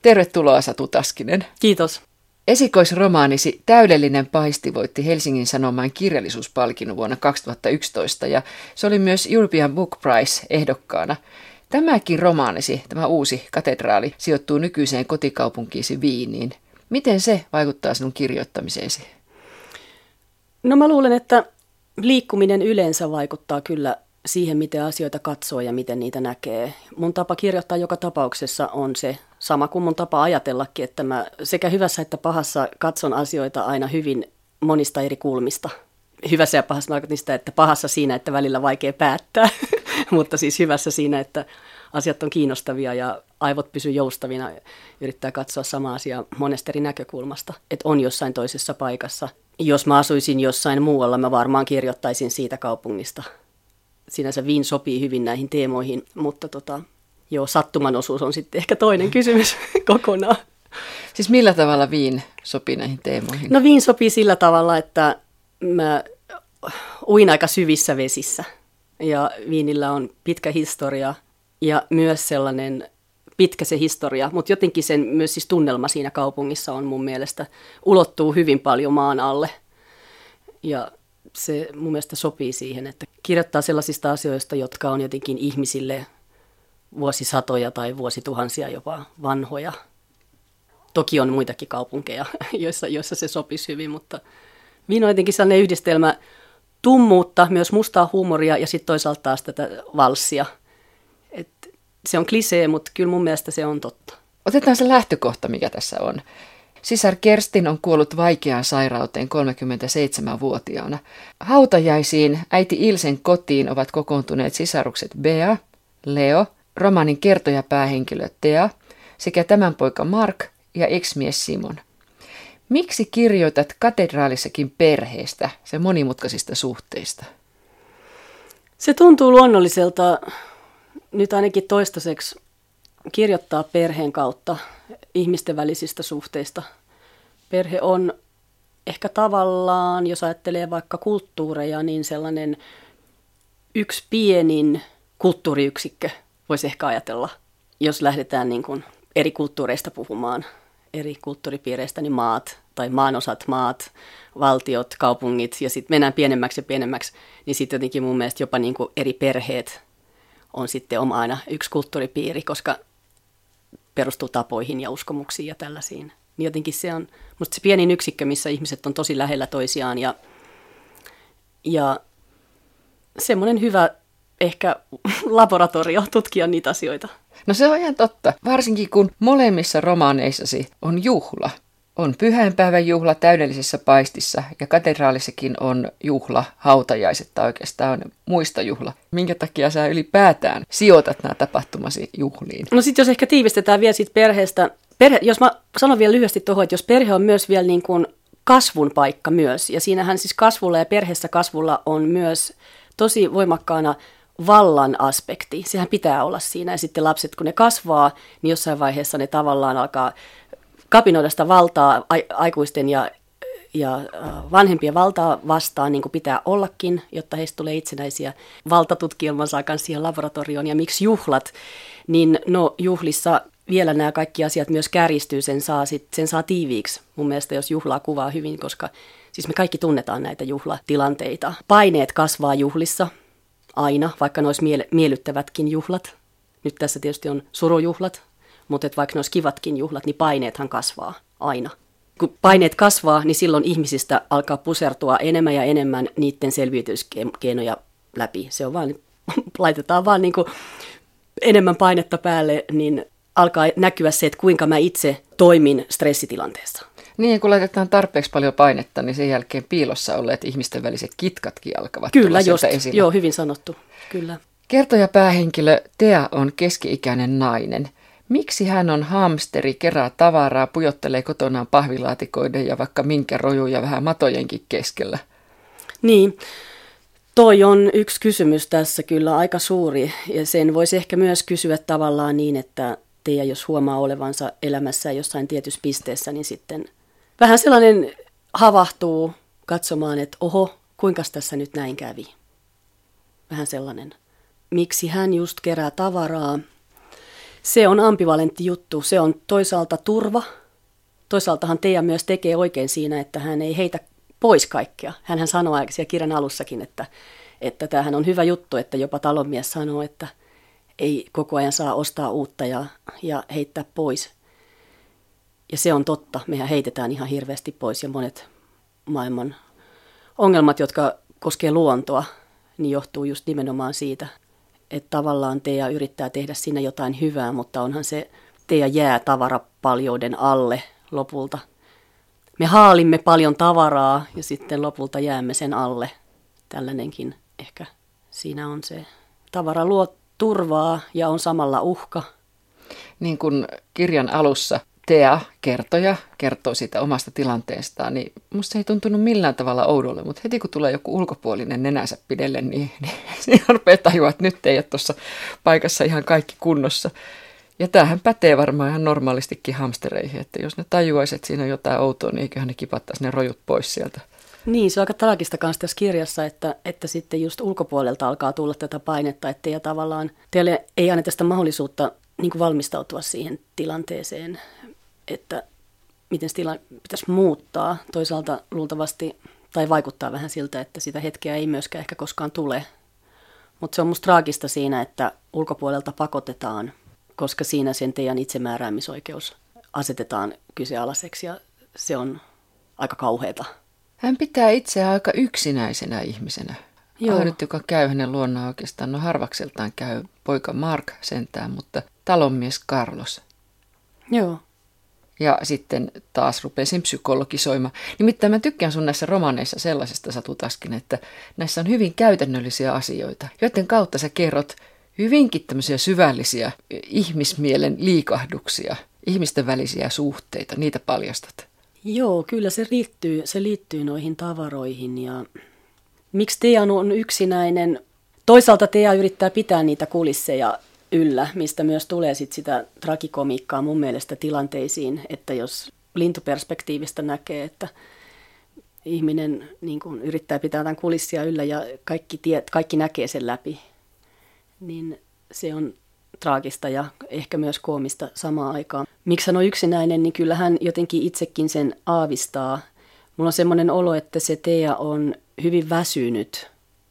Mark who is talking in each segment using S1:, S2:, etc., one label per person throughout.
S1: Tervetuloa Satu Taskinen.
S2: Kiitos.
S1: Esikoisromaanisi Täydellinen paisti voitti Helsingin Sanomain kirjallisuuspalkinnon vuonna 2011 ja se oli myös European Book Prize ehdokkaana. Tämäkin romaanisi, tämä uusi Katedraali, sijoittuu nykyiseen kotikaupunkiisi Wieniin. Miten se vaikuttaa sinun kirjoittamiseesi?
S2: No mä luulen, että liikkuminen yleensä vaikuttaa kyllä siihen, miten asioita katsoo ja miten niitä näkee. Mun tapa kirjoittaa joka tapauksessa on se sama kuin mun tapa ajatellakin, että mä sekä hyvässä että pahassa katson asioita aina hyvin monista eri kulmista. Hyvässä ja pahassa tarkoitan sitä, että pahassa siinä, että välillä vaikea päättää, mutta siis hyvässä siinä, että asiat on kiinnostavia ja aivot pysyy joustavina, yrittää katsoa sama asia monesta eri näkökulmasta, että on jossain toisessa paikassa. Jos mä asuisin jossain muualla, mä varmaan kirjoittaisin siitä kaupungista. Sinänsä Wien sopii hyvin näihin teemoihin, mutta sattuman osuus on sitten ehkä toinen kysymys kokonaan.
S1: Siis millä tavalla Wien sopii näihin teemoihin?
S2: No Wien sopii sillä tavalla, että mä uin aika syvissä vesissä ja Wienillä on pitkä historia ja myös sellainen pitkä se historia, mutta jotenkin sen myös siis tunnelma siinä kaupungissa on mun mielestä ulottuu hyvin paljon maan alle ja se mun mielestä sopii siihen, että kirjoittaa sellaisista asioista, jotka on jotenkin ihmisille vuosisatoja tai vuosituhansia jopa vanhoja. Toki on muitakin kaupunkeja, joissa se sopisi hyvin, mutta Wien on jotenkin sellainen yhdistelmä tummuutta, myös mustaa huumoria ja sitten toisaalta taas tätä valssia. Et se on klisee, mutta kyllä mun mielestä se on totta.
S1: Otetaan se lähtökohta, mikä tässä on. Sisar Kerstin on kuollut vaikeaan sairauteen 37-vuotiaana. Hautajaisiin äiti Ilsen kotiin ovat kokoontuneet sisarukset Bea, Leo, romaanin kertoja päähenkilö Thea sekä tämän poika Mark ja ex-mies Simon. Miksi kirjoitat Katedraalissakin perheestä, sen monimutkaisista suhteista?
S2: Se tuntuu luonnolliselta nyt ainakin toistaiseksi kirjoittaa perheen kautta ihmisten välisistä suhteista. Perhe on ehkä tavallaan, jos ajattelee vaikka kulttuureja, niin sellainen yksi pienin kulttuuriyksikkö voisi ehkä ajatella, jos lähdetään niin kuin eri kulttuureista puhumaan, eri kulttuuripiireistä, niin maat tai maanosat, maat, valtiot, kaupungit ja sitten mennään pienemmäksi ja pienemmäksi, niin sitten jotenkin mun mielestä jopa niin kuin eri perheet on sitten oma aina yksi kulttuuripiiri, koska perustuu tapoihin ja uskomuksiin ja tällaisiin. Niin jotenkin se on musta se pienin yksikkö, missä ihmiset on tosi lähellä toisiaan ja semmoinen hyvä ehkä laboratorio tutkia niitä asioita.
S1: No se on ihan totta, varsinkin kun molemmissa romaaneissasi on juhla. On pyhäinpäivän juhla täydellisessä paistissa ja katedraalissakin on juhla, hautajaiset tai oikeastaan muistojuhla. Minkä takia sä ylipäätään sijoitat nämä tapahtumasi juhliin?
S2: No sitten jos ehkä tiivistetään vielä siitä perheestä. Jos mä sanon vielä lyhyesti tuohon, että jos perhe on myös vielä niin kuin kasvun paikka myös. Ja siinähän siis kasvulla ja perheessä kasvulla on myös tosi voimakkaana vallan aspekti. Sehän pitää olla siinä. Ja sitten lapset, kun ne kasvaa, niin jossain vaiheessa ne tavallaan alkaa kapinoida sitä valtaa aikuisten ja vanhempien valtaa vastaan, niin kuin pitää ollakin, jotta heistä tulee itsenäisiä. Valtatutkielman saa myös siihen laboratorioon. Ja miksi juhlat? Niin no juhlissa vielä nämä kaikki asiat myös kärjistyy, sen saa tiiviiksi. Mun mielestä jos juhlaa kuvaa hyvin, koska siis me kaikki tunnetaan näitä juhlatilanteita. Paineet kasvaa juhlissa aina, vaikka ne olisi miellyttävätkin juhlat. Nyt tässä tietysti on surujuhlat. Mutta vaikka ne olisi kivatkin juhlat, niin paineethan kasvaa aina. Kun paineet kasvaa, niin silloin ihmisistä alkaa pusertua enemmän ja enemmän niiden selviytymiskeinoja läpi. Se on vaan, laitetaan vaan niin kuin enemmän painetta päälle, niin alkaa näkyä se, että kuinka mä itse toimin stressitilanteessa.
S1: Niin, kun laitetaan tarpeeksi paljon painetta, niin sen jälkeen piilossa olleet ihmisten väliset kitkatkin alkavat
S2: kyllä, just,
S1: esille.
S2: Joo, hyvin sanottu, kyllä.
S1: Kertoja päähenkilö Thea on keski-ikäinen nainen. Miksi hän on hamsteri, kerää tavaraa, pujottelee kotonaan pahvilaatikoiden ja vaikka minkä rojuja vähän matojenkin keskellä?
S2: Niin, toi on yksi kysymys tässä kyllä aika suuri ja sen voisi ehkä myös kysyä tavallaan niin, että Thea jos huomaa olevansa elämässä jossain tietyssä pisteessä, niin sitten vähän sellainen havahtuu katsomaan, että oho, kuinkas tässä nyt näin kävi. Vähän sellainen. Miksi hän just kerää tavaraa? Se on ambivalentti juttu. Se on toisaalta turva. Toisaaltahan Tea myös tekee oikein siinä, että hän ei heitä pois kaikkea. Hänhän sanoo siellä kirjan alussakin, että tämähän on hyvä juttu, että jopa talonmies sanoo, että ei koko ajan saa ostaa uutta ja heittää pois. Ja se on totta. Mehän heitetään ihan hirveästi pois ja monet maailman ongelmat, jotka koskee luontoa, niin johtuu just nimenomaan siitä, että tavallaan Tea yrittää tehdä siinä jotain hyvää, mutta onhan se Tea jää tavarapaljouden alle lopulta. Me haalimme paljon tavaraa ja sitten lopulta jäämme sen alle. Tällainenkin ehkä siinä on se. Tavara luo turvaa ja on samalla uhka.
S1: Niin kuin kirjan alussa Tea kertoo siitä omasta tilanteestaan, niin musta se ei tuntunut millään tavalla oudolle, mutta heti kun tulee joku ulkopuolinen nenänsä pidelle, niin siinä rupeaa tajua, että nyt ei ole tuossa paikassa ihan kaikki kunnossa. Ja tämähän pätee varmaan ihan normaalistikin hamstereihin, että jos ne tajuaisi, että siinä on jotain outoa, niin eiköhän ne kipattaisi ne rojut pois sieltä.
S2: Niin, se on aika traagista kanssa tässä kirjassa, että sitten just ulkopuolelta alkaa tulla tätä painetta, että ja tavallaan teille ei anneta sitä mahdollisuutta niin kuin valmistautua siihen tilanteeseen, että miten se tilanne pitäisi muuttaa. Toisaalta luultavasti, tai vaikuttaa vähän siltä, että sitä hetkeä ei myöskään ehkä koskaan tule. Mutta se on musta traagista siinä, että ulkopuolelta pakotetaan, koska siinä sen teidän itsemääräämisoikeus asetetaan kyseenalaiseksi ja se on aika kauheata.
S1: Hän pitää itseään aika yksinäisenä ihmisenä. Ainut, joka käy hänen luonnaan oikeastaan, no harvakseltaan käy poika Mark sentään, mutta talonmies Carlos.
S2: Joo.
S1: Ja sitten taas rupesin psykologisoimaan. Nimittäin mä tykkään sun näissä romaneissa sellaisesta, Satu Taskin, että näissä on hyvin käytännöllisiä asioita, joiden kautta sä kerrot hyvinkin tämmöisiä syvällisiä ihmismielen liikahduksia, ihmisten välisiä suhteita, niitä paljastat.
S2: Joo, kyllä se liittyy noihin tavaroihin ja miksi Tea on yksinäinen. Toisaalta Tea yrittää pitää niitä kulisseja yllä, mistä myös tulee sit sitä tragikomiikkaa mun mielestä tilanteisiin, että jos lintuperspektiivistä näkee, että ihminen niin kun yrittää pitää tämän kulissia yllä ja kaikki näkee sen läpi, niin se on traagista ja ehkä myös koomista samaan aikaan. Miksi hän on yksinäinen, niin kyllä hän jotenkin itsekin sen aavistaa. Mulla on semmoinen olo, että se Tea on hyvin väsynyt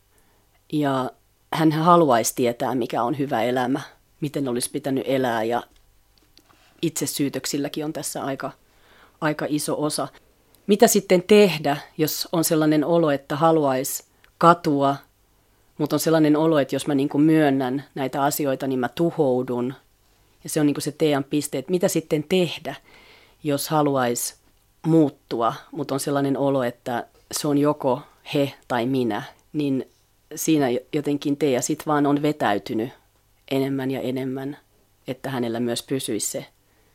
S2: ja hän haluaisi tietää, mikä on hyvä elämä, miten olisi pitänyt elää ja itsesyytöksilläkin on tässä aika iso osa. Mitä sitten tehdä, jos on sellainen olo, että haluaisi katua, mutta on sellainen olo, että jos mä niin kuin myönnän näitä asioita, niin mä tuhoudun. Ja se on niin kuin se Tean piste, että mitä sitten tehdä, jos haluaisi muuttua, mutta on sellainen olo, että se on joko he tai minä, niin siinä jotenkin Tea sitten vaan on vetäytynyt enemmän ja enemmän, että hänellä myös pysyisi se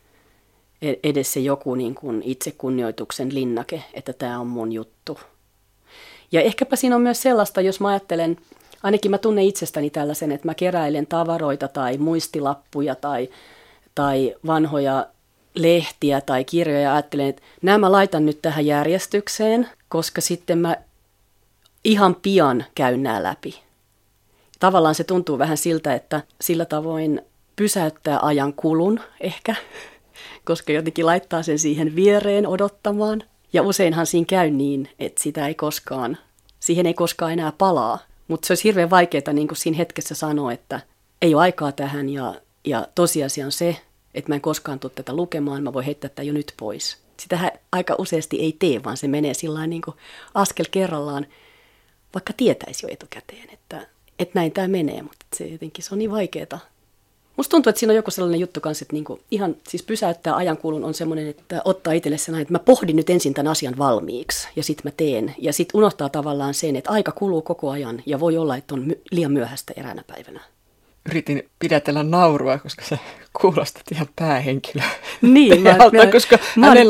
S2: edes se joku niin kuin itsekunnioituksen linnake, että tämä on mun juttu. Ja ehkäpä siinä on myös sellaista, jos mä ajattelen, ainakin mä tunnen itsestäni tällaisen, että mä keräilen tavaroita tai muistilappuja tai vanhoja lehtiä tai kirjoja ja ajattelen, että nämä mä laitan nyt tähän järjestykseen, koska sitten mä ihan pian käyn nämä läpi. Tavallaan se tuntuu vähän siltä, että sillä tavoin pysäyttää ajan kulun ehkä, koska jotenkin laittaa sen siihen viereen odottamaan. Ja useinhan siinä käy niin, että siihen ei koskaan enää palaa. Mutta se olisi hirveän vaikeaa niin kuin siinä hetkessä sanoa, että ei ole aikaa tähän ja tosiasia on se, että mä en koskaan tule tätä lukemaan, mä voin heittää tätä jo nyt pois. Sitähän aika useasti ei tee, vaan se menee sillain niin kuin askel kerrallaan, vaikka tietäisi jo etukäteen, että näin tämä menee, mutta se jotenkin se on niin vaikeaa. Musta tuntuu, että siinä on joku sellainen juttu kanssa, että niinku ihan siis pysäyttää ajankulun on semmoinen, että ottaa itselle sen, että mä pohdin nyt ensin tämän asian valmiiksi ja sitten mä teen. Ja sitten unohtaa tavallaan sen, että aika kuluu koko ajan ja voi olla, että on liian myöhäistä eräänä päivänä.
S1: Yritin pidätellä naurua, koska sä kuulostat ihan päähenkilöä.
S2: Niin,
S1: koska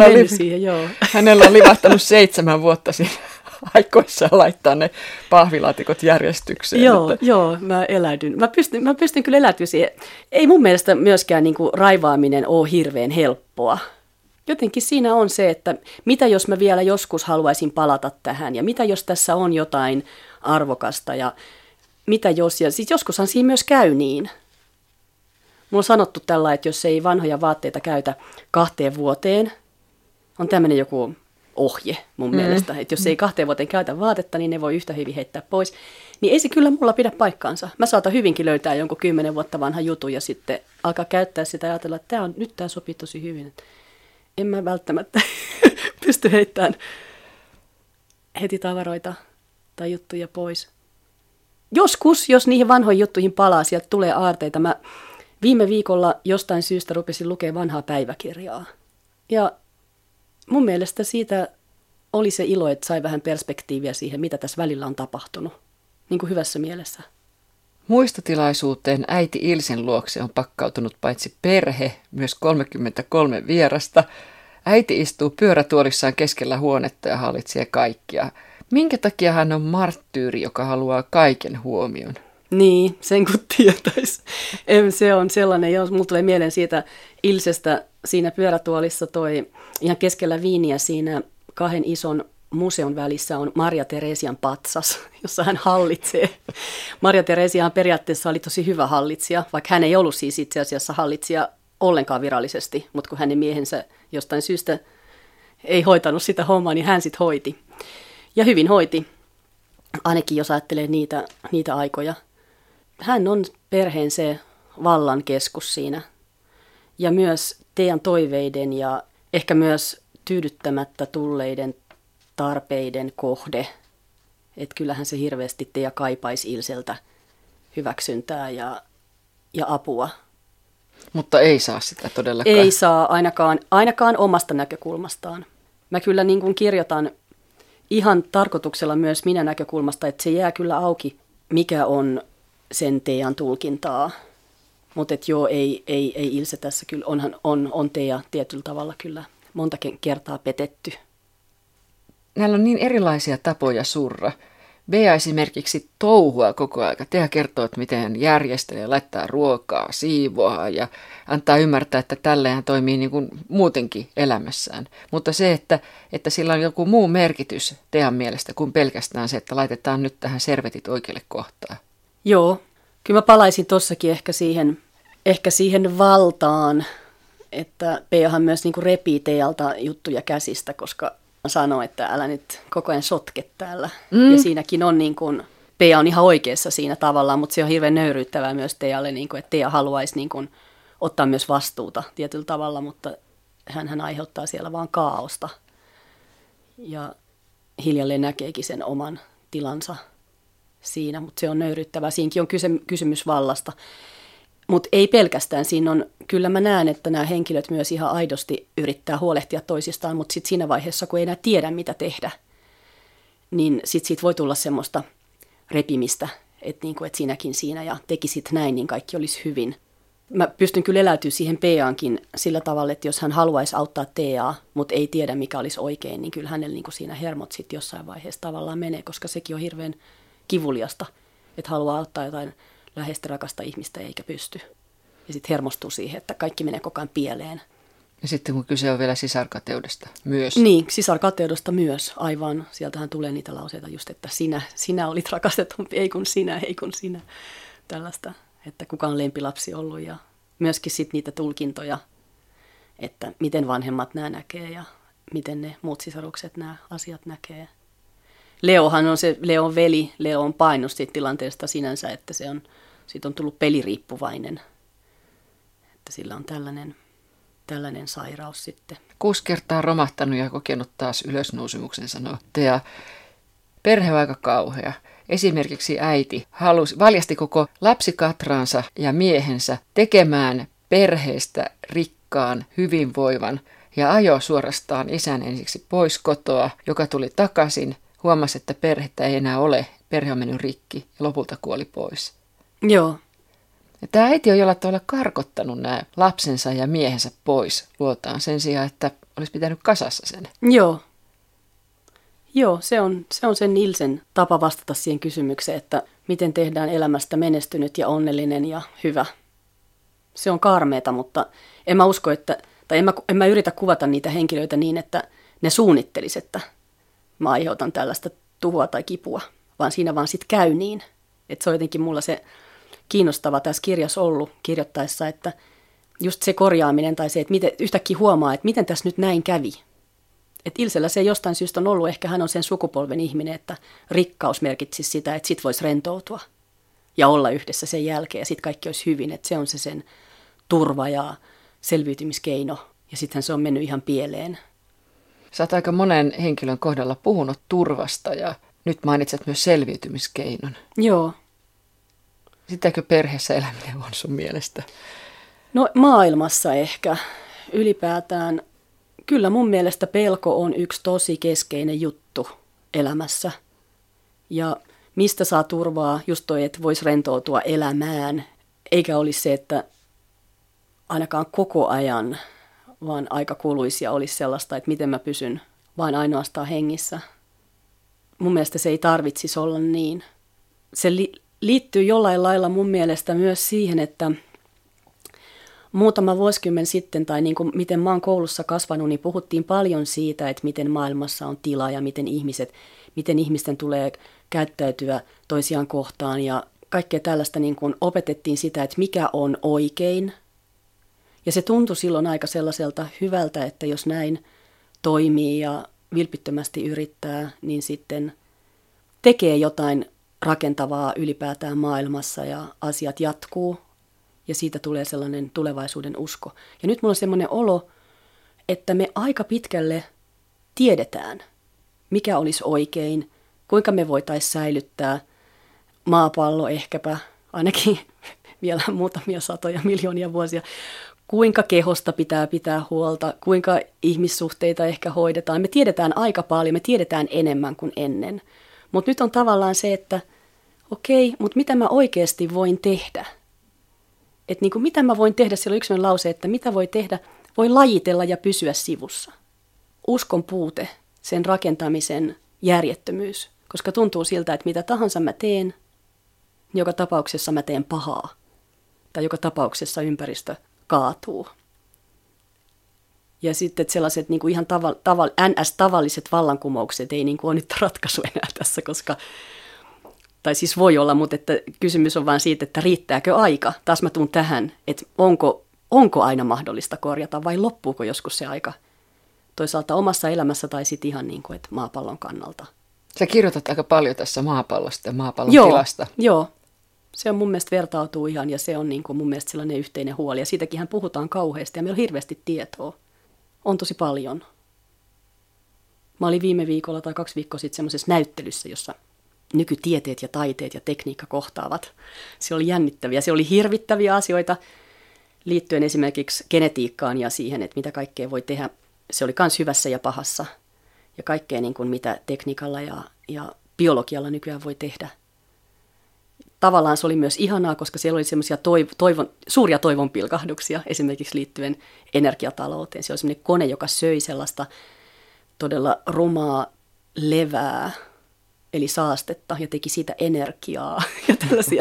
S1: hänellä on livahtanut 7 vuotta siinä aikoissaan laittaa ne pahvilaatikot järjestykseen.
S2: Joo, mä eläydyn. Mä pystyn kyllä eläytyä siihen. Ei mun mielestä myöskään niin kuin raivaaminen ole hirveän helppoa. Jotenkin siinä on se, että mitä jos mä vielä joskus haluaisin palata tähän ja mitä jos tässä on jotain arvokasta ja mitä jos, ja siis joskushan siinä myös käy niin. Mulla on sanottu tällä, että jos ei vanhoja vaatteita käytä 2 vuoteen, on tämmöinen joku ohje mun mielestä, että jos ei 2 vuoteen käytä vaatetta, niin ne voi yhtä hyvin heittää pois. Niin ei se kyllä mulla pidä paikkaansa. Mä saatan hyvinkin löytää jonkun 10 vuotta vanha jutun ja sitten alkaa käyttää sitä ja ajatella, että nyt tää sopii tosi hyvin. En mä välttämättä pysty heittämään heti tavaroita tai juttuja pois. Joskus, jos niihin vanhoihin juttuihin palaa, sieltä tulee aarteita. Mä viime viikolla jostain syystä rupesin lukemaan vanhaa päiväkirjaa. Ja mun mielestä siitä oli se ilo, että sai vähän perspektiiviä siihen, mitä tässä välillä on tapahtunut. Niin kuin hyvässä mielessä.
S1: Muistotilaisuuteen äiti Ilsen luokse on pakkautunut paitsi perhe, myös 33 vierasta. Äiti istuu pyörätuolissaan keskellä huonetta ja hallitsee kaikkia. Minkä takia hän on marttyyri, joka haluaa kaiken huomion?
S2: Niin, sen kun tietäisi. Se on sellainen, jos mulla tulee mieleen siitä Ilsestä siinä pyörätuolissa toi ihan keskellä Viiniä siinä 2 ison museon välissä on Maria Teresian patsas, jossa hän hallitsee. Maria Teresiahan periaatteessa oli tosi hyvä hallitsija, vaikka hän ei ollut siis itse asiassa hallitsija ollenkaan virallisesti, mutta kun hänen miehensä jostain syystä ei hoitanut sitä hommaa, niin hän sitten hoiti. Ja hyvin hoiti, ainakin jos ajattelee niitä aikoja. Hän on perheen se vallan keskus siinä. Ja myös teidän toiveiden ja ehkä myös tyydyttämättä tulleiden tarpeiden kohde. Että kyllähän se hirveästi Tea kaipaisi Ilseltä hyväksyntää ja apua.
S1: Mutta ei saa sitä todellakaan.
S2: Ei saa ainakaan omasta näkökulmastaan. Mä kyllä niin kuin kirjoitan ihan tarkoituksella myös minä näkökulmasta, että se jää kyllä auki, mikä on sen Tean tulkintaa. Mutta joo, ei Ilse tässä kyllä, on Tea tietyllä tavalla kyllä monta kertaa petetty.
S1: Näillä on niin erilaisia tapoja surra. Bea esimerkiksi touhua koko aika. Tea kertoo, että miten hän järjestelee, laittaa ruokaa, siivoaa ja antaa ymmärtää, että tälleen hän toimii niin kuin muutenkin elämässään. Mutta se, että sillä on joku muu merkitys Tean mielestä kuin pelkästään se, että laitetaan nyt tähän servetit oikealle kohtaan.
S2: Joo, kyllä mä palaisin tossakin ehkä siihen valtaan, että Beahan myös niin kuin repii Tealta juttuja käsistä, koska sanoo, että älä nyt koko ajan sotke täällä. Ja siinäkin on niin kuin, Bea on ihan oikeassa siinä tavallaan, mutta se on hirveän nöyryyttävää myös Tealle, niin kuin, että Tea haluaisi niin kuin ottaa myös vastuuta tietyllä tavalla, mutta hän aiheuttaa siellä vaan kaaosta. Ja hiljalleen näkeekin sen oman tilansa siinä, mutta se on nöyryyttävää. Siinäkin on kysymys vallasta. Mutta ei pelkästään. Siinä on, kyllä mä näen, että nämä henkilöt myös ihan aidosti yrittää huolehtia toisistaan, mutta sitten siinä vaiheessa, kun ei enää tiedä, mitä tehdä, niin sitten siitä voi tulla semmoista repimistä, että niinku, et sinäkin siinä ja tekisit näin, niin kaikki olisi hyvin. Mä pystyn kyllä eläytyä siihen Beaankin sillä tavalla, että jos hän haluaisi auttaa Teaa, mutta ei tiedä, mikä olisi oikein, niin kyllä hänellä niinku siinä hermot sitten jossain vaiheessa tavallaan menee, koska sekin on hirveän kivuliasta, että haluaa auttaa jotain läheistä rakasta ihmistä eikä pysty. Ja sitten hermostuu siihen, että kaikki menee koko ajan pieleen.
S1: Ja sitten kun kyse on vielä sisarkateudesta myös.
S2: Niin, sisarkateudesta myös, aivan. Sieltähän tulee niitä lauseita just, että sinä olit rakastetumpi, ei kun sinä. Tällaista, että kuka on lempilapsi ollut ja myöskin sitten niitä tulkintoja, että miten vanhemmat nämä näkee ja miten ne muut sisarukset nämä asiat näkee. Leohan on se Leon veli. Leo on painut siitä tilanteesta sinänsä, että siitä on tullut peliriippuvainen. Että sillä on tällainen sairaus sitten.
S1: 6 kertaa romahtanut ja kokenut taas ylösnousemuksen, sanoo Tea. Perhe on aika kauhea. Esimerkiksi äiti valjasti koko lapsikatraansa ja miehensä tekemään perheestä rikkaan, hyvinvoivan ja ajoi suorastaan isän ensiksi pois kotoa, joka tuli takaisin. Huomasi, että perhettä ei enää ole. Perhe on mennyt rikki ja lopulta kuoli pois.
S2: Joo.
S1: Ja tämä äiti on jollain tavalla karkottanut nämä lapsensa ja miehensä pois luotaan sen sijaan, että olisi pitänyt kasassa sen.
S2: Joo, se on sen Ilsen tapa vastata siihen kysymykseen, että miten tehdään elämästä menestynyt ja onnellinen ja hyvä. Se on karmeeta, mutta en mä usko, en mä yritä kuvata niitä henkilöitä niin, että ne suunnittelisi, että mä aiheutan tällaista tuhoa tai kipua, vaan siinä vaan sitten käy niin. Että se on jotenkin mulla se kiinnostava tässä kirjassa ollut kirjoittaessa, että just se korjaaminen tai se, että miten, yhtäkkiä huomaa, että miten tässä nyt näin kävi. Että Ilsellä se jostain syystä on ollut, ehkä hän on sen sukupolven ihminen, että rikkaus merkitsisi sitä, että sit voisi rentoutua ja olla yhdessä sen jälkeen ja sitten kaikki olisi hyvin, että se on se sen turva ja selviytymiskeino ja sittenhän se on mennyt ihan pieleen.
S1: Sä oot aika monen henkilön kohdalla puhunut turvasta ja nyt mainitset myös selviytymiskeinon.
S2: Joo.
S1: Sitäkö perheessä eläminen on sun mielestä?
S2: No maailmassa ehkä ylipäätään. Kyllä mun mielestä pelko on yksi tosi keskeinen juttu elämässä. Ja mistä saa turvaa, just toi, että voisi rentoutua elämään, eikä olisi se, että ainakaan koko ajan, vaan aika kuluisia olisi sellaista, että miten mä pysyn vain ainoastaan hengissä. Mun mielestä se ei tarvitsisi olla niin. Se liittyy jollain lailla mun mielestä myös siihen, että muutama vuosikymmen sitten, tai niin kuin miten mä oon koulussa kasvanut, niin puhuttiin paljon siitä, että miten maailmassa on tila ja miten ihmisten tulee käyttäytyä toisiaan kohtaan. Ja kaikkea tällaista niin kuin opetettiin sitä, että mikä on oikein. Ja se tuntui silloin aika sellaiselta hyvältä, että jos näin toimii ja vilpittömästi yrittää, niin sitten tekee jotain rakentavaa ylipäätään maailmassa ja asiat jatkuu. Ja siitä tulee sellainen tulevaisuuden usko. Ja nyt mulla on semmoinen olo, että me aika pitkälle tiedetään, mikä olisi oikein, kuinka me voitaisiin säilyttää maapallo ehkäpä ainakin vielä muutamia satoja miljoonia vuosia, kuinka kehosta pitää huolta, kuinka ihmissuhteita ehkä hoidetaan. Me tiedetään aika paljon, me tiedetään enemmän kuin ennen. Mutta nyt on tavallaan se, että okei, mutta mitä mä oikeasti voin tehdä? Että niin kuin mitä mä voin tehdä, siellä on yksi lause, että mitä voi tehdä, voi lajitella ja pysyä sivussa. Uskon puute, sen rakentamisen järjettömyys, koska tuntuu siltä, että mitä tahansa mä teen, niin joka tapauksessa mä teen pahaa. Tai joka tapauksessa ympäristö kaatuu. Ja sitten että sellaiset niin kuin ihan NS-tavalliset vallankumoukset ei niin kuin ole nyt ratkaisu enää tässä, koska tai siis voi olla, mutta että kysymys on vain siitä, että riittääkö aika. Taas mä tuun tähän, että onko aina mahdollista korjata vai loppuuko joskus se aika toisaalta omassa elämässä tai sitten ihan niin kuin, että maapallon kannalta.
S1: Sä kirjoitat aika paljon tässä maapallosta ja maapallon tilasta.
S2: Joo, se on mun mielestä vertautuu ihan ja se on niin kuin mun mielestä sellainen yhteinen huoli. Ja siitäkin puhutaan kauheasti ja meillä on hirveästi tietoa. On tosi paljon. Mä olin viime viikolla tai 2 viikkoa sitten semmoisessa näyttelyssä, jossa nykytieteet ja taiteet ja tekniikka kohtaavat. Se oli jännittäviä, se oli hirvittäviä asioita liittyen esimerkiksi genetiikkaan ja siihen, että mitä kaikkea voi tehdä. Se oli myös hyvässä ja pahassa ja kaikkea niin kuin mitä tekniikalla ja biologialla nykyään voi tehdä. Tavallaan se oli myös ihanaa, koska siellä oli semmoisia suuria toivonpilkahduksia esimerkiksi liittyen energiatalouteen. Se oli semmoinen kone, joka söi sellaista todella rumaa levää, eli saastetta, ja teki siitä energiaa ja tällaisia.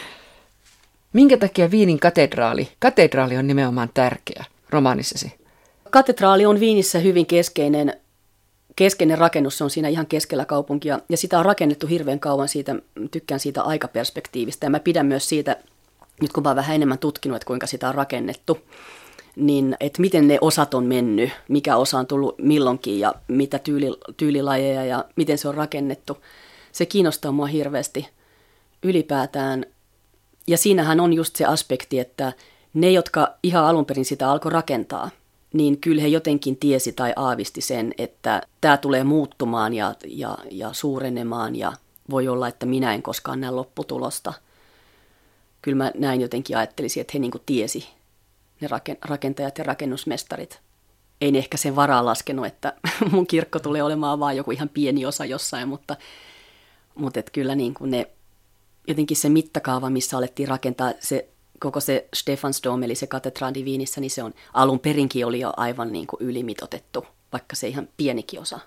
S1: Minkä takia Viinin katedraali? Katedraali on nimenomaan tärkeä romaanissasi.
S2: Katedraali on Viinissä hyvin keskeinen rakennus, se on siinä ihan keskellä kaupunkia, ja sitä on rakennettu hirveän kauan, tykkään siitä aikaperspektiivistä, ja mä pidän myös siitä, nyt kun mä oon vähän enemmän tutkinut, että kuinka sitä on rakennettu, niin että miten ne osat on mennyt, mikä osa on tullut milloinkin, ja mitä tyylilajeja, ja miten se on rakennettu. Se kiinnostaa mua hirveästi ylipäätään, ja siinähän on just se aspekti, että ne, jotka ihan alun perin sitä alkoi rakentaa, niin kyllä he jotenkin tiesi tai aavisti sen, että tämä tulee muuttumaan ja suurenemaan ja voi olla, että minä en koskaan näe lopputulosta. Kyllä mä näin jotenkin ajattelisin, että he niin kuin tiesi, ne rakentajat ja rakennusmestarit. Ei ne ehkä sen varaa laskenut, että mun kirkko tulee olemaan vaan joku ihan pieni osa jossain, mutta et kyllä niin kuin ne, jotenkin se mittakaava, missä alettiin rakentaa koko se Stephansdom, eli se katedraali Viinissä, niin se on alun perinkin oli jo aivan niin kuin ylimitoitettu, vaikka se ihan pienikin osa.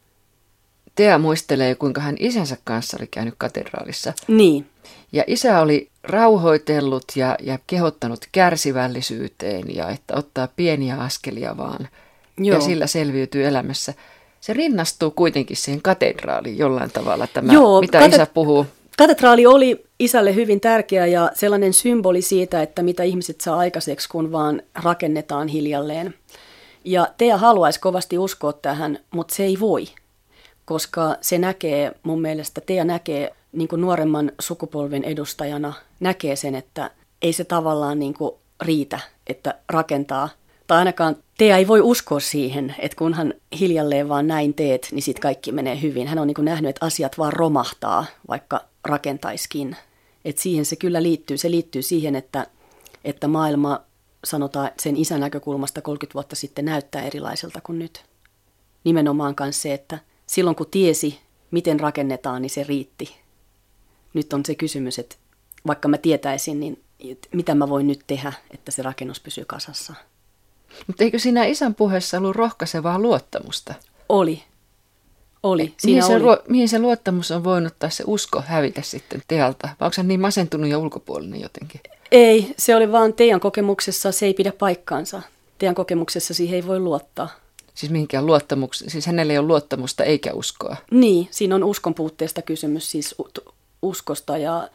S1: Tea muistelee, kuinka hän isänsä kanssa oli käynyt katedraalissa.
S2: Niin.
S1: Ja isä oli rauhoitellut ja kehottanut kärsivällisyyteen ja että ottaa pieniä askelia vaan. Joo. Ja sillä selviytyy elämässä. Se rinnastuu kuitenkin siihen katedraaliin jollain tavalla, tämä, mitä isä puhuu.
S2: Katedraali oli isälle hyvin tärkeä ja sellainen symboli siitä, että mitä ihmiset saa aikaiseksi, kun vaan rakennetaan hiljalleen. Ja Tea haluaisi kovasti uskoa tähän, mutta se ei voi, koska se näkee, mun mielestä Tea näkee niin kuin nuoremman sukupolven edustajana, näkee sen, että ei se tavallaan niin kuin riitä, että rakentaa. Tai ainakaan Tea ei voi uskoa siihen, että kunhan hiljalleen vaan näin teet, niin sitten kaikki menee hyvin. Hän on niin kuin nähnyt, että asiat vaan romahtaa, vaikka rakentaiskin. Että siihen se kyllä liittyy. Se liittyy siihen, että maailma, sanotaan sen isän näkökulmasta 30 vuotta sitten, näyttää erilaiselta kuin nyt. Nimenomaan myös se, että silloin kun tiesi, miten rakennetaan, niin se riitti. Nyt on se kysymys, että vaikka mä tietäisin, niin mitä mä voin nyt tehdä, että se rakennus pysyy kasassa.
S1: Mutta eikö siinä isän puheessa ollut rohkaisevaa luottamusta?
S2: Oli. Siinä oli.
S1: Mihin se luottamus on voinut tai se usko hävitä sitten Tealta? Vai onko hän niin masentunut ja ulkopuolinen jotenkin?
S2: Ei, se oli vaan Tean kokemuksessa, se ei pidä paikkaansa. Tean kokemuksessa siihen ei voi luottaa.
S1: Siis mihinkään luottamukseen, siis hänellä ei ole luottamusta eikä uskoa.
S2: Niin, siinä on uskon puutteesta kysymys, siis uskosta ja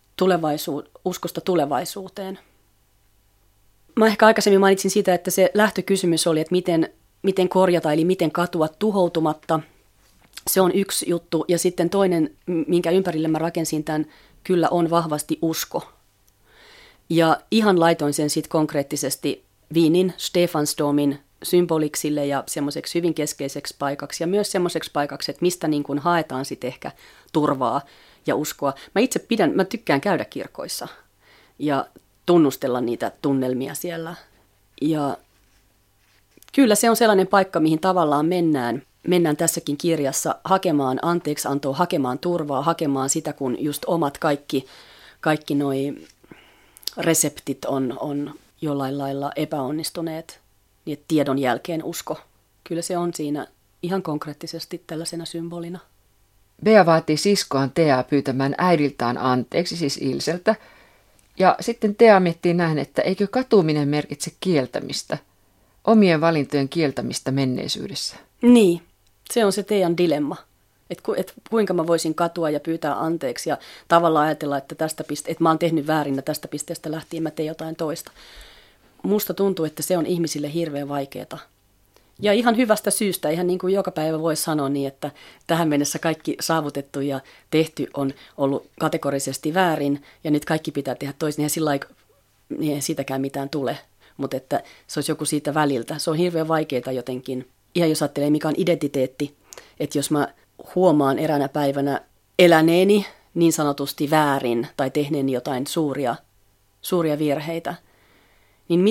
S2: uskosta tulevaisuuteen. Mä ehkä aikaisemmin mainitsin siitä, että se lähtökysymys oli, että miten korjata, eli miten katua tuhoutumatta. Se on yksi juttu. Ja sitten toinen, minkä ympärille mä rakensin tämän, kyllä on vahvasti usko. Ja ihan laitoin sen sitten konkreettisesti Wienin Stephansdomin symboliksille ja semmoiseksi hyvin keskeiseksi paikaksi. Ja myös semmoiseksi paikaksi, että mistä niin kuin haetaan sitten ehkä turvaa ja uskoa. Mä tykkään käydä kirkoissa ja tunnustella niitä tunnelmia siellä. Ja kyllä se on sellainen paikka, mihin tavallaan mennään tässäkin kirjassa hakemaan anteeksiantoa, hakemaan turvaa, hakemaan sitä, kun just omat kaikki noi reseptit on jollain lailla epäonnistuneet, niin että tiedon jälkeen usko. Kyllä se on siinä ihan konkreettisesti tällaisena symbolina.
S1: Bea vaatii siskoaan Teaa pyytämään äidiltään anteeksi, siis Ilseltä. Ja sitten Tea miettii näin, että eikö katuminen merkitse kieltämistä, omien valintojen kieltämistä menneisyydessä.
S2: Niin, se on se Tean dilemma. Että kuinka mä voisin katua ja pyytää anteeksi ja tavallaan ajatella, että että mä oon tehnyt väärin ja tästä pisteestä lähtien mä teen jotain toista. Musta tuntuu, että se on ihmisille hirveän vaikeaa. Ja ihan hyvästä syystä, ihan niin kuin joka päivä voi sanoa niin, että tähän mennessä kaikki saavutettu ja tehty on ollut kategorisesti väärin ja nyt kaikki pitää tehdä toisin. Ja sillä niin ei siitäkään mitään tule, mutta että se olisi joku siitä väliltä. Se on hirveän vaikeaa jotenkin. Ihan jos ajattelee, mikä on identiteetti, että jos mä huomaan eräänä päivänä eläneeni niin sanotusti väärin tai tehneeni jotain suuria virheitä, niin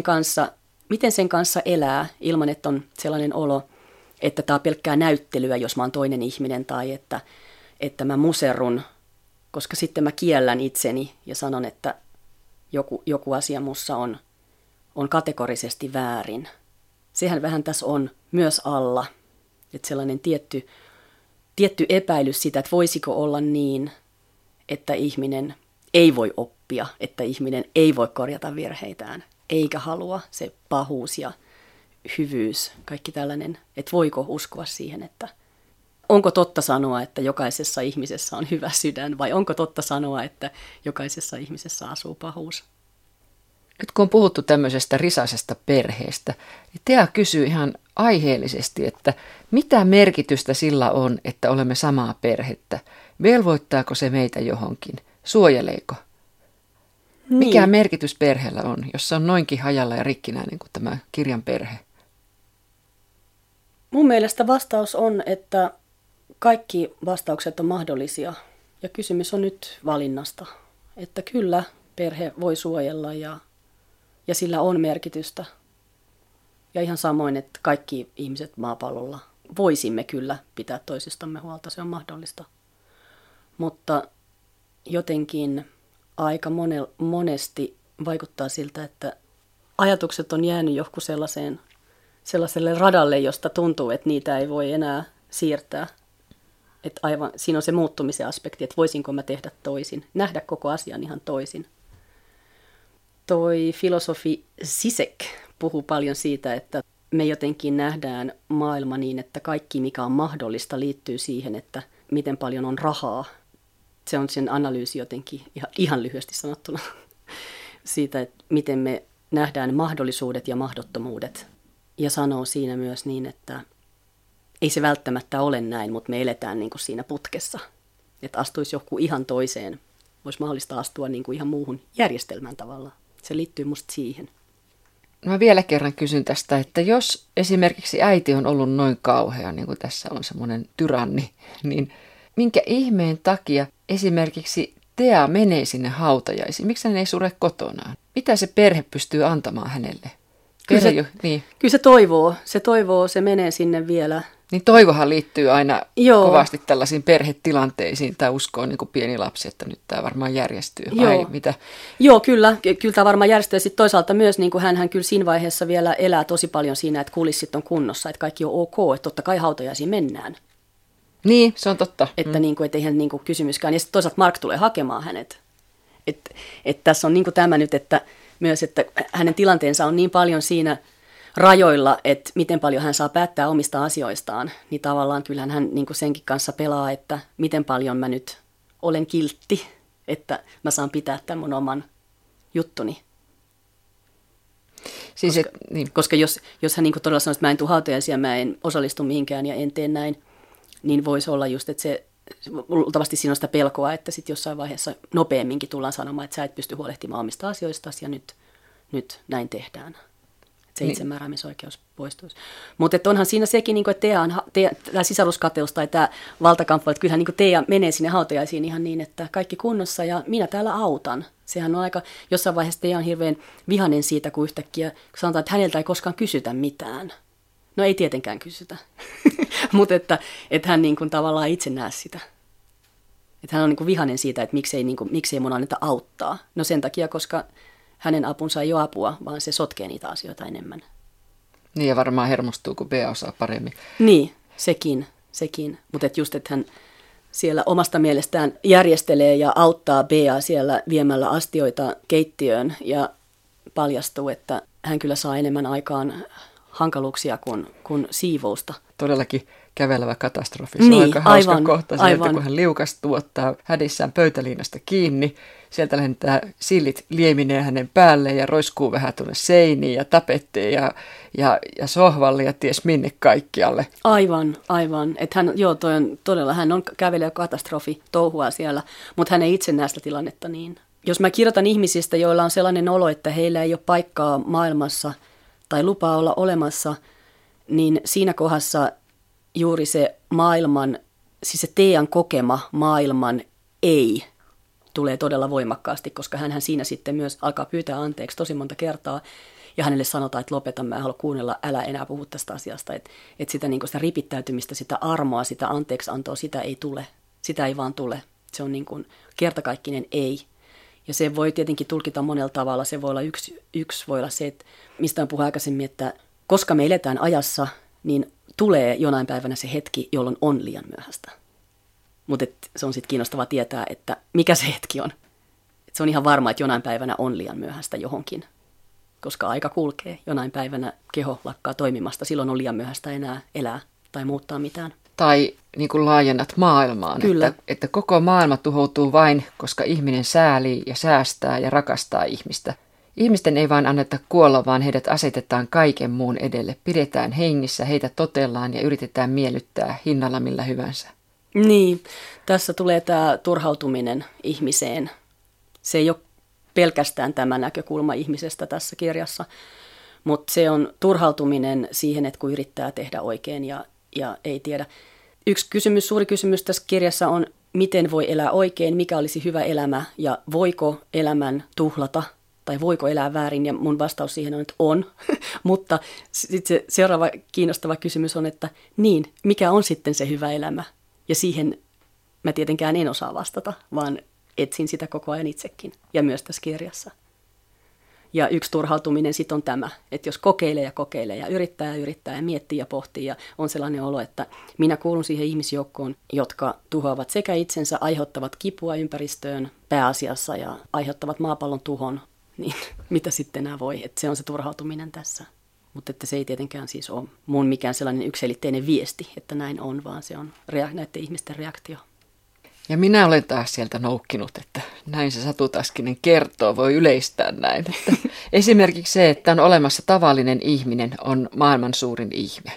S2: miten sen kanssa elää ilman, että on sellainen olo, että tämä on pelkkää näyttelyä, jos mä oon toinen ihminen tai että mä muserrun, koska sitten mä kiellän itseni ja sanon, että joku asia mussa on kategorisesti väärin. Sehän vähän tässä on myös alla, että sellainen tietty epäilys sitä, että voisiko olla niin, että ihminen ei voi oppia, että ihminen ei voi korjata virheitään, eikä halua se pahuus ja hyvyys, kaikki tällainen, että voiko uskoa siihen, että onko totta sanoa, että jokaisessa ihmisessä on hyvä sydän, vai onko totta sanoa, että jokaisessa ihmisessä asuu pahuus?
S1: Nyt kun on puhuttu tämmöisestä risaisesta perheestä, niin Tea kysyy ihan aiheellisesti, että mitä merkitystä sillä on, että olemme samaa perhettä? Velvoittaako se meitä johonkin? Suojeleeko? Niin. Mikä merkitys perheellä on, jos se on noinkin hajalla ja rikkinäinen kuin tämä kirjan perhe?
S2: Mun mielestä vastaus on, että kaikki vastaukset on mahdollisia. Ja kysymys on nyt valinnasta. Että kyllä perhe voi suojella ja sillä on merkitystä. Ja ihan samoin, että kaikki ihmiset maapallolla voisimme kyllä pitää toisistamme huolta, se on mahdollista. Mutta jotenkin aika monesti vaikuttaa siltä, että ajatukset on jäänyt johonkin sellaiselle radalle, josta tuntuu, että niitä ei voi enää siirtää. Että aivan, siinä on se muuttumisen aspekti, että voisinko mä tehdä toisin, nähdä koko asian ihan toisin. Toi filosofi Zizek puhuu paljon siitä, että me jotenkin nähdään maailma niin, että kaikki mikä on mahdollista liittyy siihen, että miten paljon on rahaa. Se on sen analyysi jotenkin ihan lyhyesti sanottuna siitä, että miten me nähdään mahdollisuudet ja mahdottomuudet. Ja sanoo siinä myös niin, että ei se välttämättä ole näin, mutta me eletään niin kuin siinä putkessa. Että astuisi joku ihan toiseen, olisi mahdollista astua niin kuin ihan muuhun järjestelmään tavallaan. Se liittyy musta siihen.
S1: Mä vielä kerran kysyn tästä, että jos esimerkiksi äiti on ollut noin kauhea, niin kuin tässä on semmoinen tyranni, niin minkä ihmeen takia esimerkiksi Tea menee sinne hautajaisiin? Miksi hän ei sure kotonaan? Mitä se perhe pystyy antamaan hänelle?
S2: Kyllä se toivoo, se menee sinne vielä.
S1: Niin toivohan liittyy aina kovasti tällaisiin perhetilanteisiin, tai uskoo niin kuin pieni lapsi, että nyt tämä varmaan järjestyy, vai mitä?
S2: Joo, kyllä tämä varmaan järjestyy. Sitten toisaalta myös niin kuin hän kyllä siinä vaiheessa vielä elää tosi paljon siinä, että kulissit on kunnossa, että kaikki on ok, että totta kai hautajaisiin mennään.
S1: Niin, se on totta.
S2: Että niin kuin, eihän niin kuin kysymyskään. Ja sitten toisaalta Mark tulee hakemaan hänet. Että tässä on niin kuin tämä nyt, että myös, että hänen tilanteensa on niin paljon siinä rajoilla, että miten paljon hän saa päättää omista asioistaan, niin tavallaan kyllähän hän niin kuin senkin kanssa pelaa, että miten paljon mä nyt olen kiltti, että mä saan pitää tämän mun oman juttuni.
S1: Siis
S2: koska jos hän niin kuin todella sanoo, että mä en tule hautajaisia, mä en osallistu mihinkään ja en tee näin, niin voisi olla just, että se luultavasti siinä on sitä pelkoa, että sitten jossain vaiheessa nopeamminkin tullaan sanomaan, että sä et pysty huolehtimaan omista asioistasi ja nyt näin tehdään. Se itsemääräämisoikeus poistuisi. Mutta onhan siinä sekin, että tämä sisaruskateus tai tämä valtakamppailu, että kyllähän Tea menee sinne hautajaisiin ihan niin, että kaikki kunnossa ja minä täällä autan. Sehän on aika, jossain vaiheessa Tea on hirveän vihainen siitä, kun yhtäkkiä sanotaan, että häneltä ei koskaan kysytä mitään. No ei tietenkään kysytä, mutta että hän niin kuin tavallaan itse näe sitä. Että hän on niin kuin vihainen siitä, että miksei mun anneta auttaa. No sen takia, koska hänen apunsa ei ole apua, vaan se sotkee niitä asioita enemmän.
S1: Niin ja varmaan hermostuu, kun Bea osaa paremmin.
S2: Niin, sekin. Mutta just, että hän siellä omasta mielestään järjestelee ja auttaa Bea siellä viemällä astioita keittiöön ja paljastuu, että hän kyllä saa enemmän aikaan hankaluuksia kuin siivousta.
S1: Todellakin kävelevä katastrofi. Se on aika hauska kohta sieltä, kun hän liukastuu, ottaa hädissään pöytäliinasta kiinni. Sieltä lentää sillit liemineen hänen päälle ja roiskuu vähän tuonne seiniin ja tapettiin ja sohvalle ja ties minne kaikkialle.
S2: Aivan. Että hän on kävelevä katastrofi touhua siellä, mutta hän ei itse näe sitä tilannetta niin. Jos mä kirjoitan ihmisistä, joilla on sellainen olo, että heillä ei ole paikkaa maailmassa tai lupaa olla olemassa, niin siinä kohdassa juuri se maailman, siis se Tean kokema maailman ei tulee todella voimakkaasti, koska hänhän siinä sitten myös alkaa pyytää anteeksi tosi monta kertaa ja hänelle sanotaan, että lopeta, mä en halua kuunnella, älä enää puhu tästä asiasta, että sitä, niin kuin sitä ripittäytymistä, sitä armoa, sitä anteeksiantoa, sitä ei tule, sitä ei vaan tule. Se on niin kuin kertakaikkinen ei. Ja se voi tietenkin tulkita monella tavalla. Se voi olla yksi voi olla se, että mistä on puhunut aikaisemmin, että koska me eletään ajassa, niin tulee jonain päivänä se hetki, jolloin on liian myöhäistä. Mutta se on sitten kiinnostavaa tietää, että mikä se hetki on. Et se on ihan varma, että jonain päivänä on liian myöhäistä johonkin, koska aika kulkee. Jonain päivänä keho lakkaa toimimasta. Silloin on liian myöhäistä enää elää tai muuttaa mitään.
S1: Tai niin kuin laajennat maailmaan, että koko maailma tuhoutuu vain, koska ihminen säälii ja säästää ja rakastaa ihmistä. Ihmisten ei vain anneta kuolla, vaan heidät asetetaan kaiken muun edelle. Pidetään hengissä, heitä totellaan ja yritetään miellyttää hinnalla millä hyvänsä.
S2: Niin, tässä tulee tämä turhautuminen ihmiseen. Se ei ole pelkästään tämä näkökulma ihmisestä tässä kirjassa, mutta se on turhautuminen siihen, että kun yrittää tehdä oikein ja ei tiedä. Yksi suuri kysymys tässä kirjassa on, miten voi elää oikein, mikä olisi hyvä elämä ja voiko elämän tuhlata tai voiko elää väärin. Ja mun vastaus siihen on, että on, mutta sitten se seuraava kiinnostava kysymys on, että niin, mikä on sitten se hyvä elämä? Ja siihen mä tietenkään en osaa vastata, vaan etsin sitä koko ajan itsekin ja myös tässä kirjassa. Ja yksi turhautuminen sitten on tämä, että jos kokeilee ja yrittää ja miettii ja pohtii ja on sellainen olo, että minä kuulun siihen ihmisjoukkoon, jotka tuhoavat sekä itsensä, aiheuttavat kipua ympäristöön pääasiassa ja aiheuttavat maapallon tuhon, niin mitä sitten nämä voi, että se on se turhautuminen tässä. Mutta että se ei tietenkään siis ole mun mikään sellainen yksiselitteinen viesti, että näin on, vaan se on näiden ihmisten reaktio.
S1: Ja minä olen taas sieltä noukkinut, että näin se Satu Taskinen kertoo, voi yleistää näin. Että esimerkiksi se, että on olemassa tavallinen ihminen, on maailman suurin ihme.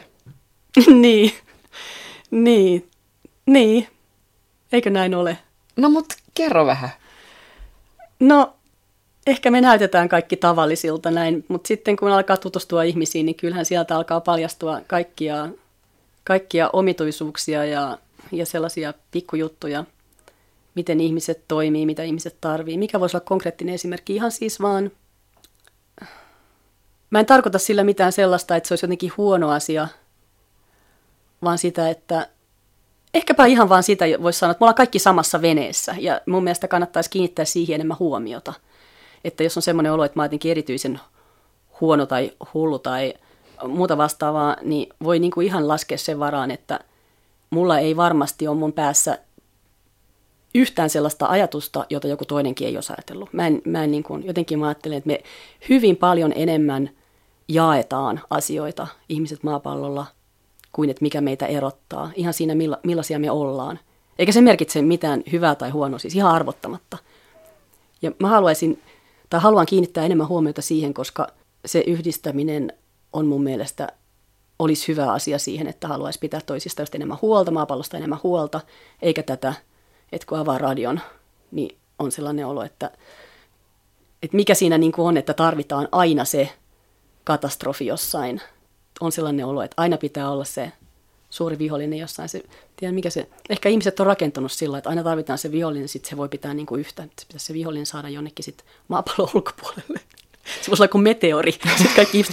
S2: Niin. Eikö näin ole?
S1: No mut kerro vähän.
S2: No, ehkä me näytetään kaikki tavallisilta näin, mutta sitten kun alkaa tutustua ihmisiin, niin kyllähän sieltä alkaa paljastua kaikkia omituisuuksia ja sellaisia pikkujuttuja, miten ihmiset toimii, mitä ihmiset tarvii. Mikä voisi olla konkreettinen esimerkki? Ihan siis vaan, mä en tarkoita sillä mitään sellaista, että se olisi jotenkin huono asia, vaan sitä, että ehkäpä ihan vaan sitä voisi sanoa, että me ollaan kaikki samassa veneessä ja mun mielestä kannattaisi kiinnittää siihen enemmän huomiota. Että jos on semmoinen olo, että mä oon jotenkin erityisen huono tai hullu tai muuta vastaavaa, niin voi niin kuin ihan laskea sen varaan, että mulla ei varmasti ole mun päässä yhtään sellaista ajatusta, jota joku toinenkin ei olisi ajatellut. Mä en niin kuin, jotenkin mä ajattelen, että me hyvin paljon enemmän jaetaan asioita ihmiset maapallolla kuin että mikä meitä erottaa. Ihan siinä, millaisia me ollaan. Eikä se merkitse mitään hyvää tai huonoa, siis ihan arvottamatta. Ja mä haluan kiinnittää enemmän huomiota siihen, koska se yhdistäminen on mun mielestä olisi hyvä asia siihen, että haluaisi pitää toisista just enemmän huolta, maapallosta enemmän huolta, eikä tätä, että kun avaa radion, niin on sellainen olo, että mikä siinä niin kuin on, että tarvitaan aina se katastrofi jossain. On sellainen olo, että aina pitää olla se suuri vihollinen jossain. Ehkä ihmiset on rakentunut sillä, että aina tarvitaan se vihollinen, sitten se voi pitää niin kuin yhtä. Se pitäisi se vihollinen saada jonnekin sitten maapallon ulkopuolelle. Se voisi olla kuin meteori. Sitten kaikki ihmiset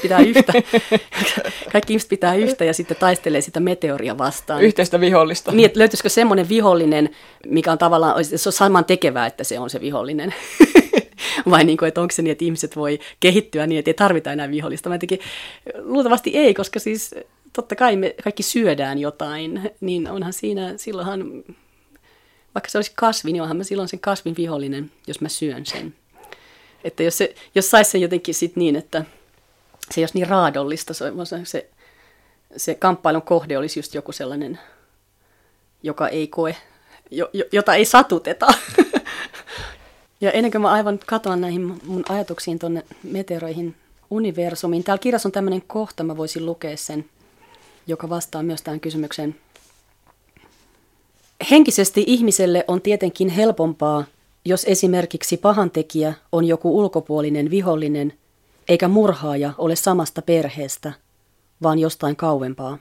S2: pitää yhtä ja sitten taistelee sitä meteoria vastaan.
S1: Yhteistä vihollista.
S2: Niin, että löytyisikö semmoinen vihollinen, mikä on tavallaan, se on saman tekevää, että se on se vihollinen. Vai niin kuin, että onko se niin, että ihmiset voi kehittyä niin, että ei tarvita enää vihollista. Mä luultavasti ei, koska siis totta kai me kaikki syödään jotain, niin onhan silloinhan, vaikka se olisi kasvi, niin onhan mä silloin sen kasvin vihollinen, jos mä syön sen. Että jos saisi sen jotenkin sit niin, että se ei olisi niin raadollista, se kamppailun kohde olisi just joku sellainen, joka ei koe, jota ei satuteta. Ja ennen kuin mä aivan katoan näihin mun ajatuksiin tuonne meteoroihin universumiin, täällä kirjassa on tämmöinen kohta, mä voisin lukea sen, joka vastaa myös tähän kysymykseen. Henkisesti ihmiselle on tietenkin helpompaa, jos esimerkiksi pahantekijä on joku ulkopuolinen vihollinen, eikä murhaaja ole samasta perheestä, vaan jostain kauempaa.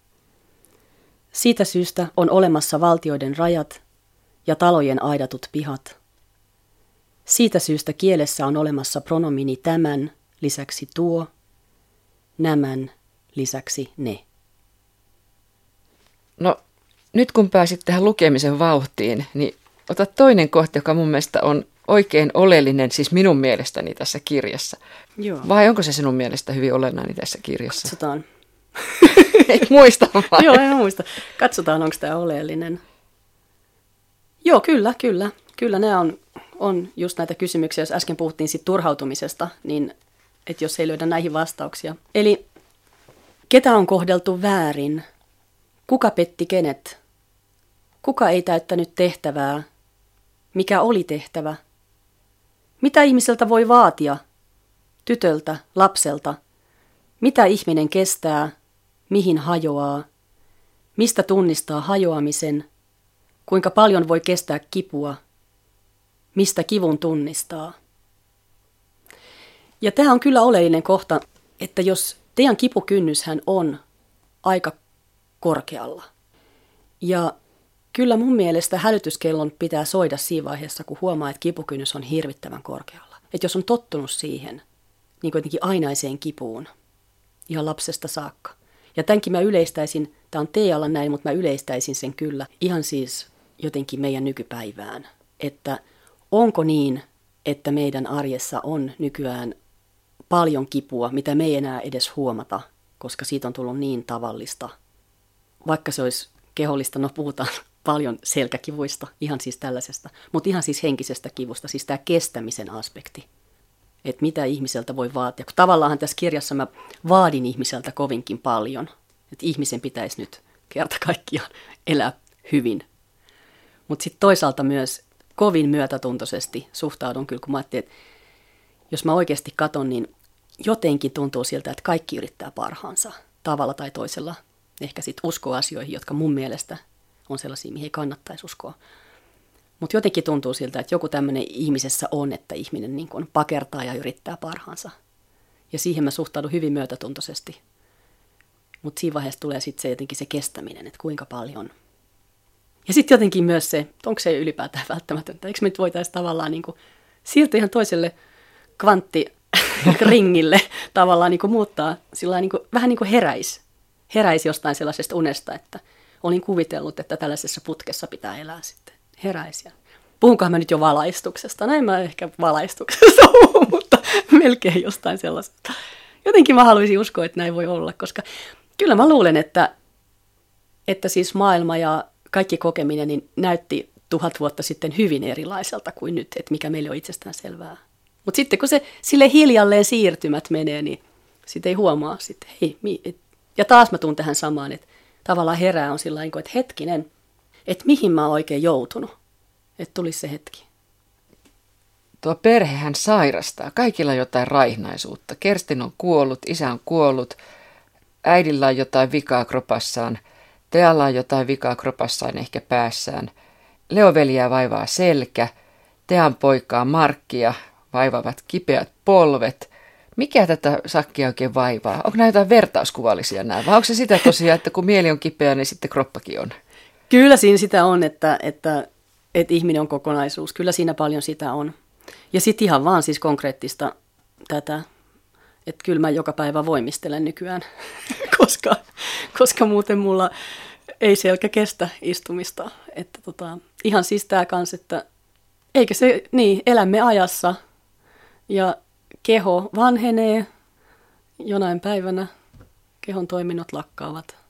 S2: Siitä syystä on olemassa valtioiden rajat ja talojen aidatut pihat. Siitä syystä kielessä on olemassa pronomini tämän lisäksi tuo, nämän lisäksi ne.
S1: No, nyt kun pääsit tähän lukemisen vauhtiin, niin ota toinen kohta, joka mun mielestä on oikein oleellinen, siis minun mielestäni tässä kirjassa.
S2: Joo.
S1: Vai onko se sinun mielestä hyvin olennainen tässä kirjassa?
S2: Katsotaan.
S1: Et muista vai?
S2: Joo, en muista. Katsotaan, onko tämä oleellinen. Joo, kyllä. Kyllä nämä on just näitä kysymyksiä, jos äsken puhuttiin siitä turhautumisesta, niin että jos ei löydä näihin vastauksia. Eli ketä on kohdeltu väärin? Kuka petti kenet? Kuka ei täyttänyt tehtävää? Mikä oli tehtävä? Mitä ihmiseltä voi vaatia? Tytöltä, lapselta? Mitä ihminen kestää? Mihin hajoaa? Mistä tunnistaa hajoamisen? Kuinka paljon voi kestää kipua? Mistä kivun tunnistaa? Ja tämä on kyllä oleellinen kohta, että jos teidän kipukynnyshän on aika korkealla. Ja kyllä mun mielestä hälytyskellon pitää soida siinä vaiheessa, kun huomaa, että kipukynnys on hirvittävän korkealla. Että jos on tottunut siihen, niin kuitenkin ainaiseen kipuun, ihan lapsesta saakka. Ja tämänkin mä yleistäisin, tämä on Teijalla näin, mutta mä yleistäisin sen kyllä ihan siis jotenkin meidän nykypäivään. Että onko niin, että meidän arjessa on nykyään paljon kipua, mitä me ei enää edes huomata, koska siitä on tullut niin tavallista. Vaikka se olisi kehollista, no puhutaan paljon selkäkivuista, ihan siis tällaisesta, mutta ihan siis henkisestä kivusta, siis tämä kestämisen aspekti. Että mitä ihmiseltä voi vaatia. Kun tavallaan tässä kirjassa mä vaadin ihmiseltä kovinkin paljon, että ihmisen pitäisi nyt kerta kaikkiaan elää hyvin. Mutta sitten toisaalta myös kovin myötätuntoisesti suhtaudun kyllä, kun mä ajattelin, että jos mä oikeasti katson, niin jotenkin tuntuu siltä, että kaikki yrittää parhaansa tavalla tai toisella. Ehkä sitten uskoo asioihin, jotka mun mielestä on sellaisia, mihin ei kannattaisi uskoa. Mutta jotenkin tuntuu siltä, että joku tämmöinen ihmisessä on, että ihminen niin kuin pakertaa ja yrittää parhaansa. Ja siihen mä suhtaudun hyvin myötätuntoisesti. Mutta siinä vaiheessa tulee sitten se jotenkin se kestäminen, että kuinka paljon. Ja sitten jotenkin myös se, onko se ylipäätään välttämätöntä. Eikö me nyt voitaisiin tavallaan niin kuin siirtyä ihan toiselle kvanttiringille tavallaan niin kuin muuttaa, sillä niin kuin, vähän niin kuin heräisi jostain sellaisesta unesta, että olin kuvitellut, että tällaisessa putkessa pitää elää sitten. Heräisi. Puhunkohan mä nyt jo valaistuksesta? No en mä ehkä valaistuksesta puhu, mutta melkein jostain sellaisesta. Jotenkin mä haluaisin uskoa, että näin voi olla, koska kyllä mä luulen, että siis maailma ja kaikki kokeminen niin näytti 1000 vuotta sitten hyvin erilaiselta kuin nyt, että mikä meille on itsestään selvää. Mutta sitten kun se sille hiljalleen siirtymät menee, niin sitten ei huomaa. Sitten, ja taas mä tuun tähän samaan, että tavallaan herää on sillä tavalla, että hetkinen, että mihin mä oon oikein joutunut, että tulisi se hetki.
S1: Tuo perhehän sairastaa. Kaikilla on jotain raihnaisuutta. Kerstin on kuollut, isä on kuollut, äidillä on jotain vikaa kropassaan, Tealla on jotain vikaa kropassaan, ehkä päässään. Leoveliä vaivaa selkä, Tean poikaa Markkia vaivaavat kipeät polvet. Mikä tätä Sakkia oikein vaivaa? Onko nämä jotain vertauskuvallisia nämä? Vai onko se sitä tosiaan, että kun mieli on kipeä, niin sitten kroppakin on?
S2: Kyllä siinä sitä on, että ihminen on kokonaisuus. Kyllä siinä paljon sitä on. Ja sitten ihan vaan siis konkreettista tätä, että kyllä mä joka päivä voimistelen nykyään, koska muuten mulla ei selkä kestä istumista. Että ihan siis tämä kanssa, että eikä se, niin, elämme ajassa ja keho vanhenee jonain päivänä, kehon toiminnot lakkaavat.